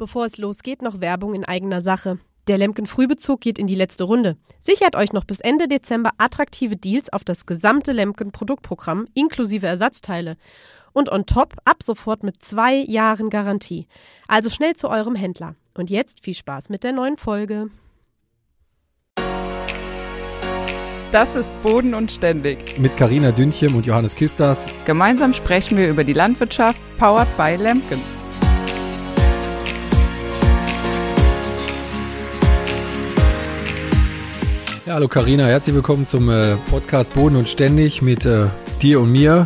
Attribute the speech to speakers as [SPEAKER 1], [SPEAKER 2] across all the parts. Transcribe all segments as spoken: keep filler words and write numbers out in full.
[SPEAKER 1] Bevor es losgeht, noch Werbung in eigener Sache. Der Lemken Frühbezug geht in die letzte Runde. Sichert euch noch bis Ende Dezember attraktive Deals auf das gesamte Lemken Produktprogramm inklusive Ersatzteile. Und on top ab sofort mit zwei Jahren Garantie. Also schnell zu eurem Händler. Und jetzt viel Spaß mit der neuen Folge.
[SPEAKER 2] Das ist Boden und Ständig.
[SPEAKER 3] Mit Carina Dünchem und Johannes Kistas.
[SPEAKER 2] Gemeinsam sprechen wir über die Landwirtschaft, powered by Lemken.
[SPEAKER 3] Ja, hallo Carina, herzlich willkommen zum äh, Podcast Boden und Ständig mit äh, dir und mir.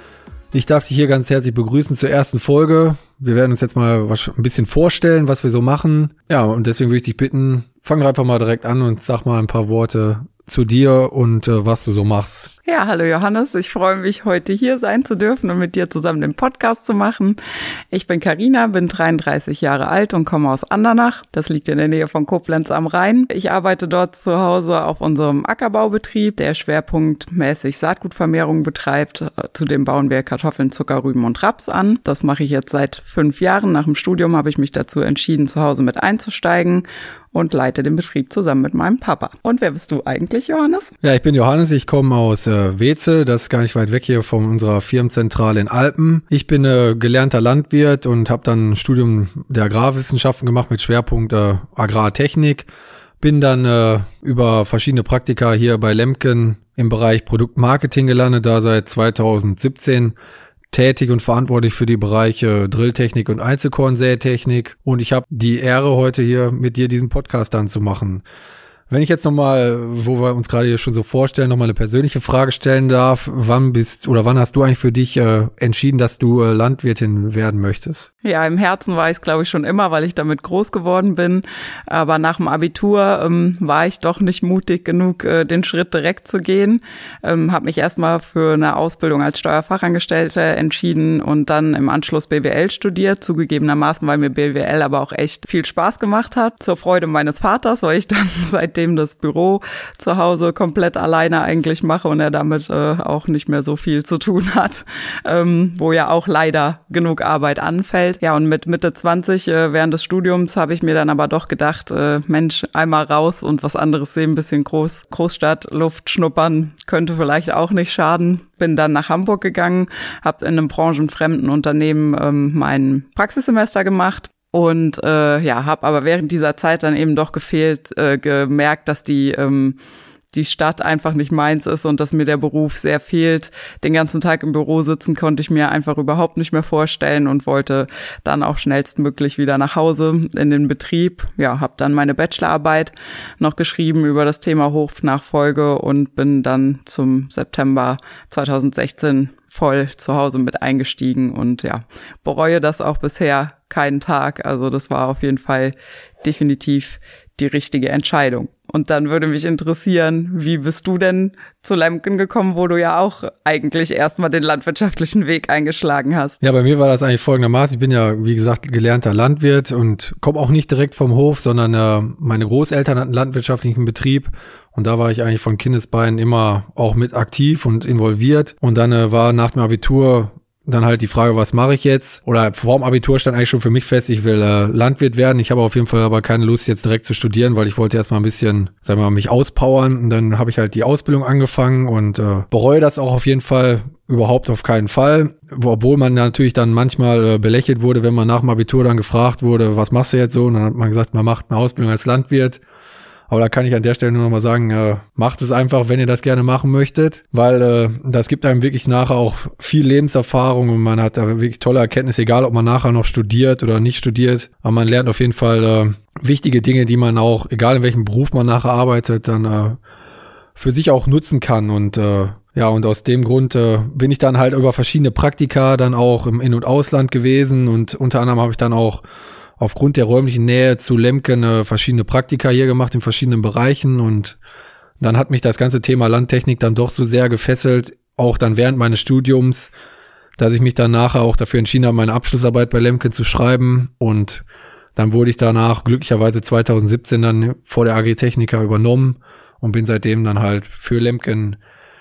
[SPEAKER 3] Ich darf dich hier ganz herzlich begrüßen zur ersten Folge. Wir werden uns jetzt mal was, ein bisschen vorstellen, was wir so machen. Ja, und deswegen würde ich dich bitten, fang doch einfach mal direkt an und sag mal ein paar Worte zu dir und äh, was du so machst.
[SPEAKER 2] Ja, hallo Johannes, ich freue mich, heute hier sein zu dürfen und mit dir zusammen den Podcast zu machen. Ich bin Carina, bin dreiunddreißig Jahre alt und komme aus Andernach. Das liegt in der Nähe von Koblenz am Rhein. Ich arbeite dort zu Hause auf unserem Ackerbaubetrieb, der schwerpunktmäßig Saatgutvermehrung betreibt. Zudem bauen wir Kartoffeln, Zucker, Rüben und Raps an. Das mache ich jetzt seit fünf Jahren. Nach dem Studium habe ich mich dazu entschieden, zu Hause mit einzusteigen und leite den Betrieb zusammen mit meinem Papa. Und wer bist du eigentlich, Johannes?
[SPEAKER 3] Ja, ich bin Johannes, ich komme aus äh, Wetzel, das ist gar nicht weit weg hier von unserer Firmenzentrale in Alpen. Ich bin äh, gelernter Landwirt und habe dann ein Studium der Agrarwissenschaften gemacht mit Schwerpunkt äh, Agrartechnik. Bin dann äh, über verschiedene Praktika hier bei Lemken im Bereich Produktmarketing gelandet, da seit zweitausendsiebzehn tätig und verantwortlich für die Bereiche Drilltechnik und Einzelkornsätechnik. Und ich habe die Ehre, heute hier mit dir diesen Podcast dann zu machen. Wenn ich jetzt nochmal, wo wir uns gerade hier schon so vorstellen, nochmal eine persönliche Frage stellen darf, wann bist oder wann hast du eigentlich für dich äh, entschieden, dass du äh, Landwirtin werden möchtest?
[SPEAKER 2] Ja, im Herzen war ich es, glaube ich, schon immer, weil ich damit groß geworden bin. Aber nach dem Abitur ähm, war ich doch nicht mutig genug, äh, den Schritt direkt zu gehen. Ähm, habe mich erstmal für eine Ausbildung als Steuerfachangestellte entschieden und dann im Anschluss B W L studiert. Zugegebenermaßen, weil mir B W L aber auch echt viel Spaß gemacht hat. Zur Freude meines Vaters, weil ich dann seitdem das Büro zu Hause komplett alleine eigentlich mache und er damit äh, auch nicht mehr so viel zu tun hat, ähm, wo ja auch leider genug Arbeit anfällt. Ja, und mit Mitte zwanzig äh, während des Studiums habe ich mir dann aber doch gedacht, äh, Mensch, einmal raus und was anderes sehen, ein bisschen Groß, Großstadtluft schnuppern, könnte vielleicht auch nicht schaden. Bin dann nach Hamburg gegangen, habe in einem branchenfremden Unternehmen ähm, mein Praxissemester gemacht. Und äh, ja, habe aber während dieser Zeit dann eben doch gefehlt, äh, gemerkt, dass die ähm, die Stadt einfach nicht meins ist und dass mir der Beruf sehr fehlt. Den ganzen Tag im Büro sitzen konnte ich mir einfach überhaupt nicht mehr vorstellen und wollte dann auch schnellstmöglich wieder nach Hause in den Betrieb. Ja, habe dann meine Bachelorarbeit noch geschrieben über das Thema Hofnachfolge und bin dann zum September zweitausendsechzehn voll zu Hause mit eingestiegen und ja, bereue das auch bisher keinen Tag. Also das war auf jeden Fall definitiv die richtige Entscheidung. Und dann würde mich interessieren, wie bist du denn zu Lemken gekommen, wo du ja auch eigentlich erstmal den landwirtschaftlichen Weg eingeschlagen hast?
[SPEAKER 3] Ja, bei mir war das eigentlich folgendermaßen. Ich bin ja, wie gesagt, gelernter Landwirt und komme auch nicht direkt vom Hof, sondern äh, meine Großeltern hatten einen landwirtschaftlichen Betrieb. Und da war ich eigentlich von Kindesbeinen immer auch mit aktiv und involviert. Und dann äh, war nach dem Abitur dann halt die Frage, was mache ich jetzt? Oder vor dem Abitur stand eigentlich schon für mich fest, ich will äh, Landwirt werden. Ich habe auf jeden Fall aber keine Lust, jetzt direkt zu studieren, weil ich wollte erstmal ein bisschen, sagen wir mal, mich auspowern. Und dann habe ich halt die Ausbildung angefangen und äh, bereue das auch auf jeden Fall überhaupt auf keinen Fall. Obwohl man natürlich dann manchmal äh, belächelt wurde, wenn man nach dem Abitur dann gefragt wurde, was machst du jetzt so? Und dann hat man gesagt, man macht eine Ausbildung als Landwirt. Aber da kann ich an der Stelle nur noch mal sagen, äh, macht es einfach, wenn ihr das gerne machen möchtet, weil äh, das gibt einem wirklich nachher auch viel Lebenserfahrung und man hat da wirklich tolle Erkenntnisse, egal ob man nachher noch studiert oder nicht studiert. Aber man lernt auf jeden Fall äh, wichtige Dinge, die man auch, egal in welchem Beruf man nachher arbeitet, dann äh, für sich auch nutzen kann. Und äh, ja, und aus dem Grund äh, bin ich dann halt über verschiedene Praktika dann auch im In- und Ausland gewesen und unter anderem habe ich dann auch aufgrund der räumlichen Nähe zu Lemken äh, verschiedene Praktika hier gemacht in verschiedenen Bereichen und dann hat mich das ganze Thema Landtechnik dann doch so sehr gefesselt, auch dann während meines Studiums, dass ich mich dann nachher auch dafür entschieden habe, meine Abschlussarbeit bei Lemken zu schreiben und dann wurde ich danach glücklicherweise zweitausendsiebzehn dann vor der Agritechnica übernommen und bin seitdem dann halt für Lemken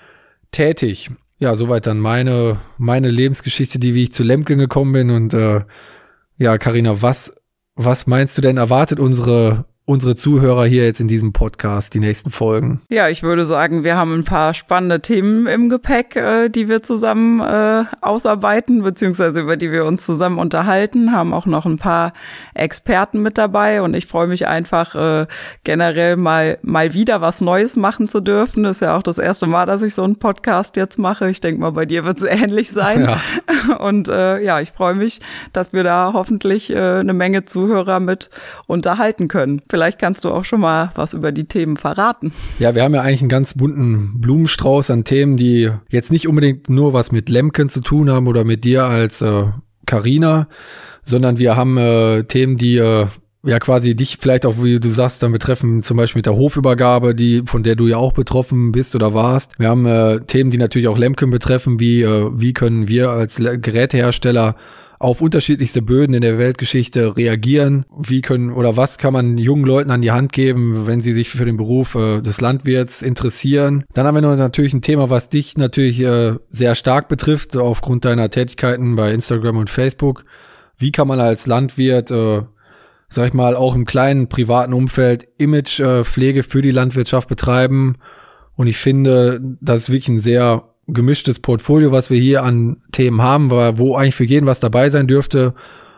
[SPEAKER 3] tätig. Ja, soweit dann meine meine Lebensgeschichte, die wie ich zu Lemken gekommen bin und äh, ja, Carina, was was meinst du denn, erwartet unsere unsere Zuhörer hier jetzt in diesem Podcast, die nächsten Folgen?
[SPEAKER 2] Ja, ich würde sagen, wir haben ein paar spannende Themen im Gepäck, äh, die wir zusammen äh, ausarbeiten, beziehungsweise über die wir uns zusammen unterhalten, haben auch noch ein paar Experten mit dabei und ich freue mich einfach äh, generell mal mal wieder was Neues machen zu dürfen. Das ist ja auch das erste Mal, dass ich so einen Podcast jetzt mache. Ich denke mal, bei dir wird es ähnlich sein. Ja. Und äh, ja, ich freue mich, dass wir da hoffentlich äh, eine Menge Zuhörer mit unterhalten können. Vielleicht kannst du auch schon mal was über die Themen verraten.
[SPEAKER 3] Ja, wir haben ja eigentlich einen ganz bunten Blumenstrauß an Themen, die jetzt nicht unbedingt nur was mit Lemken zu tun haben oder mit dir als Carina, äh, sondern wir haben äh, Themen, die äh, ja quasi dich vielleicht auch, wie du sagst, dann betreffen, zum Beispiel mit der Hofübergabe, die von der du ja auch betroffen bist oder warst. Wir haben äh, Themen, die natürlich auch Lemken betreffen, wie äh, wie können wir als Gerätehersteller auf unterschiedlichste Böden in der Weltgeschichte reagieren. Wie können oder was kann man jungen Leuten an die Hand geben, wenn sie sich für den Beruf äh, des Landwirts interessieren? Dann haben wir noch natürlich ein Thema, was dich natürlich äh, sehr stark betrifft, aufgrund deiner Tätigkeiten bei Instagram und Facebook. Wie kann man als Landwirt, äh, sag ich mal, auch im kleinen privaten Umfeld Imagepflege für die Landwirtschaft betreiben? Und ich finde, das ist wirklich ein sehr gemischtes Portfolio, was wir hier an Themen haben, wo eigentlich für jeden was dabei sein dürfte.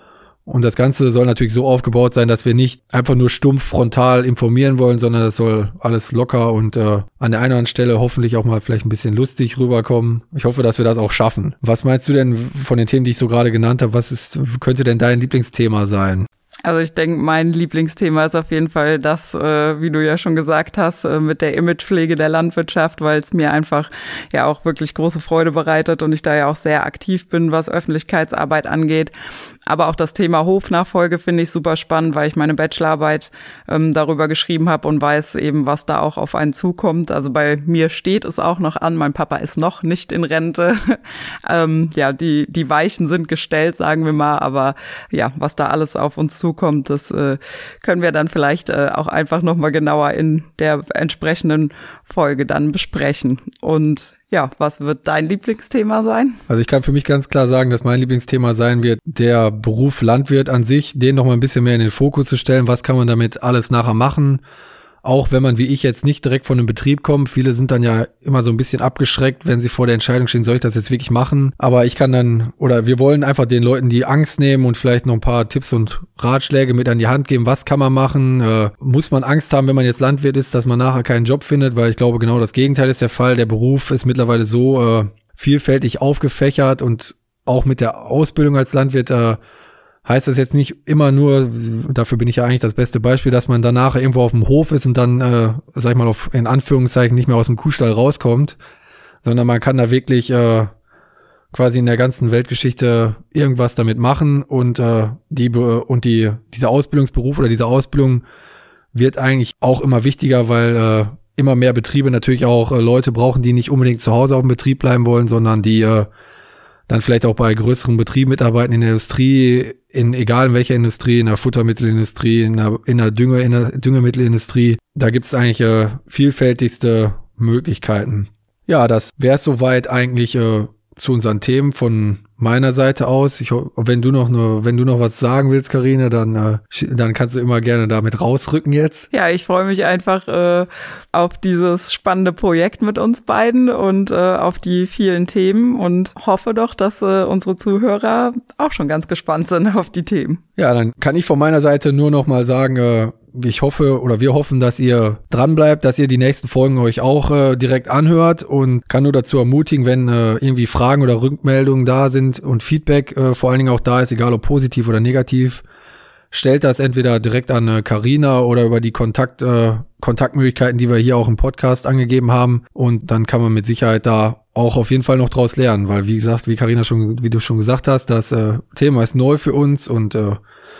[SPEAKER 3] Und das Ganze soll natürlich so aufgebaut sein, dass wir nicht einfach nur stumpf frontal informieren wollen, sondern das soll alles locker und äh, an der einen oder anderen Stelle hoffentlich auch mal vielleicht ein bisschen lustig rüberkommen. Ich hoffe, dass wir das auch schaffen. Was meinst du denn von den Themen, die ich so gerade genannt habe? Was ist, könnte denn dein Lieblingsthema sein?
[SPEAKER 2] Also ich denke, mein Lieblingsthema ist auf jeden Fall das, äh, wie du ja schon gesagt hast, äh, mit der Imagepflege der Landwirtschaft, weil es mir einfach ja auch wirklich große Freude bereitet und ich da ja auch sehr aktiv bin, was Öffentlichkeitsarbeit angeht. Aber auch das Thema Hofnachfolge finde ich super spannend, weil ich meine Bachelorarbeit ähm, darüber geschrieben habe und weiß eben, was da auch auf einen zukommt. Also bei mir steht es auch noch an, mein Papa ist noch nicht in Rente. ähm, ja, die die Weichen sind gestellt, sagen wir mal, aber ja, was da alles auf uns zukommt, das äh, können wir dann vielleicht äh, auch einfach nochmal genauer in der entsprechenden Folge dann besprechen. Und ja, was wird dein Lieblingsthema sein?
[SPEAKER 3] Also ich kann für mich ganz klar sagen, dass mein Lieblingsthema sein wird, der Beruf Landwirt an sich, den noch mal ein bisschen mehr in den Fokus zu stellen. Was kann man damit alles nachher machen? Auch wenn man wie ich jetzt nicht direkt von einem Betrieb kommt. Viele sind dann ja immer so ein bisschen abgeschreckt, wenn sie vor der Entscheidung stehen, soll ich das jetzt wirklich machen? Aber ich kann dann, oder wir wollen einfach den Leuten die Angst nehmen und vielleicht noch ein paar Tipps und Ratschläge mit an die Hand geben. Was kann man machen? Äh, muss man Angst haben, wenn man jetzt Landwirt ist, dass man nachher keinen Job findet? Weil ich glaube, genau das Gegenteil ist der Fall. Der Beruf ist mittlerweile so äh, vielfältig aufgefächert und auch mit der Ausbildung als Landwirt äh, heißt das jetzt nicht immer nur, dafür bin ich ja eigentlich das beste Beispiel, dass man danach irgendwo auf dem Hof ist und dann, äh, sag ich mal, auf, in Anführungszeichen nicht mehr aus dem Kuhstall rauskommt, sondern man kann da wirklich äh, quasi in der ganzen Weltgeschichte irgendwas damit machen und äh, die und die dieser Ausbildungsberuf oder diese Ausbildung wird eigentlich auch immer wichtiger, weil äh, immer mehr Betriebe natürlich auch äh, Leute brauchen, die nicht unbedingt zu Hause auf dem Betrieb bleiben wollen, sondern die äh, dann vielleicht auch bei größeren Betrieben mitarbeiten in der Industrie, in egal in welcher Industrie, in der Futtermittelindustrie, in der, in der, Dünger, in der Düngemittelindustrie. Da gibt es eigentlich äh, vielfältigste Möglichkeiten. Ja, das wäre es soweit eigentlich äh, zu unseren Themen von meiner Seite aus. Ich, wenn du noch ne, wenn du noch was sagen willst, Carina, dann äh, dann kannst du immer gerne damit rausrücken jetzt.
[SPEAKER 2] Ja, ich freue mich einfach äh, auf dieses spannende Projekt mit uns beiden und äh, auf die vielen Themen und hoffe doch, dass äh, unsere Zuhörer auch schon ganz gespannt sind auf die Themen.
[SPEAKER 3] Ja, dann kann ich von meiner Seite nur noch mal sagen, äh, ich hoffe oder wir hoffen, dass ihr dran bleibt, dass ihr die nächsten Folgen euch auch äh, direkt anhört und kann nur dazu ermutigen, wenn äh, irgendwie Fragen oder Rückmeldungen da sind und Feedback äh, vor allen Dingen auch da ist, egal ob positiv oder negativ, stellt das entweder direkt an äh, Carina oder über die Kontakt äh, Kontaktmöglichkeiten, die wir hier auch im Podcast angegeben haben und dann kann man mit Sicherheit da auch auf jeden Fall noch draus lernen, weil wie gesagt, wie Carina schon, wie du schon gesagt hast, das äh, Thema ist neu für uns und äh,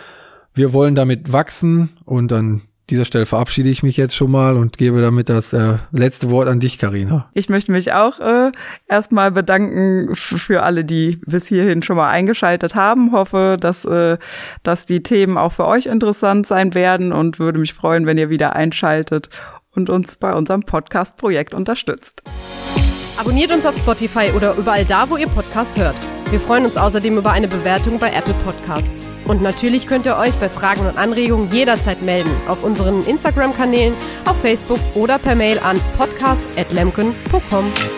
[SPEAKER 3] wir wollen damit wachsen und an dieser Stelle verabschiede ich mich jetzt schon mal und gebe damit das äh, letzte Wort an dich, Carina.
[SPEAKER 2] Ich möchte mich auch äh, erstmal bedanken f- für alle, die bis hierhin schon mal eingeschaltet haben. Hoffe, dass, äh, dass die Themen auch für euch interessant sein werden und würde mich freuen, wenn ihr wieder einschaltet und uns bei unserem Podcast-Projekt unterstützt.
[SPEAKER 1] Abonniert uns auf Spotify oder überall da, wo ihr Podcast hört. Wir freuen uns außerdem über eine Bewertung bei Apple Podcasts. Und natürlich könnt ihr euch bei Fragen und Anregungen jederzeit melden. Auf unseren Instagram-Kanälen, auf Facebook oder per Mail an podcast at lemken punkt com.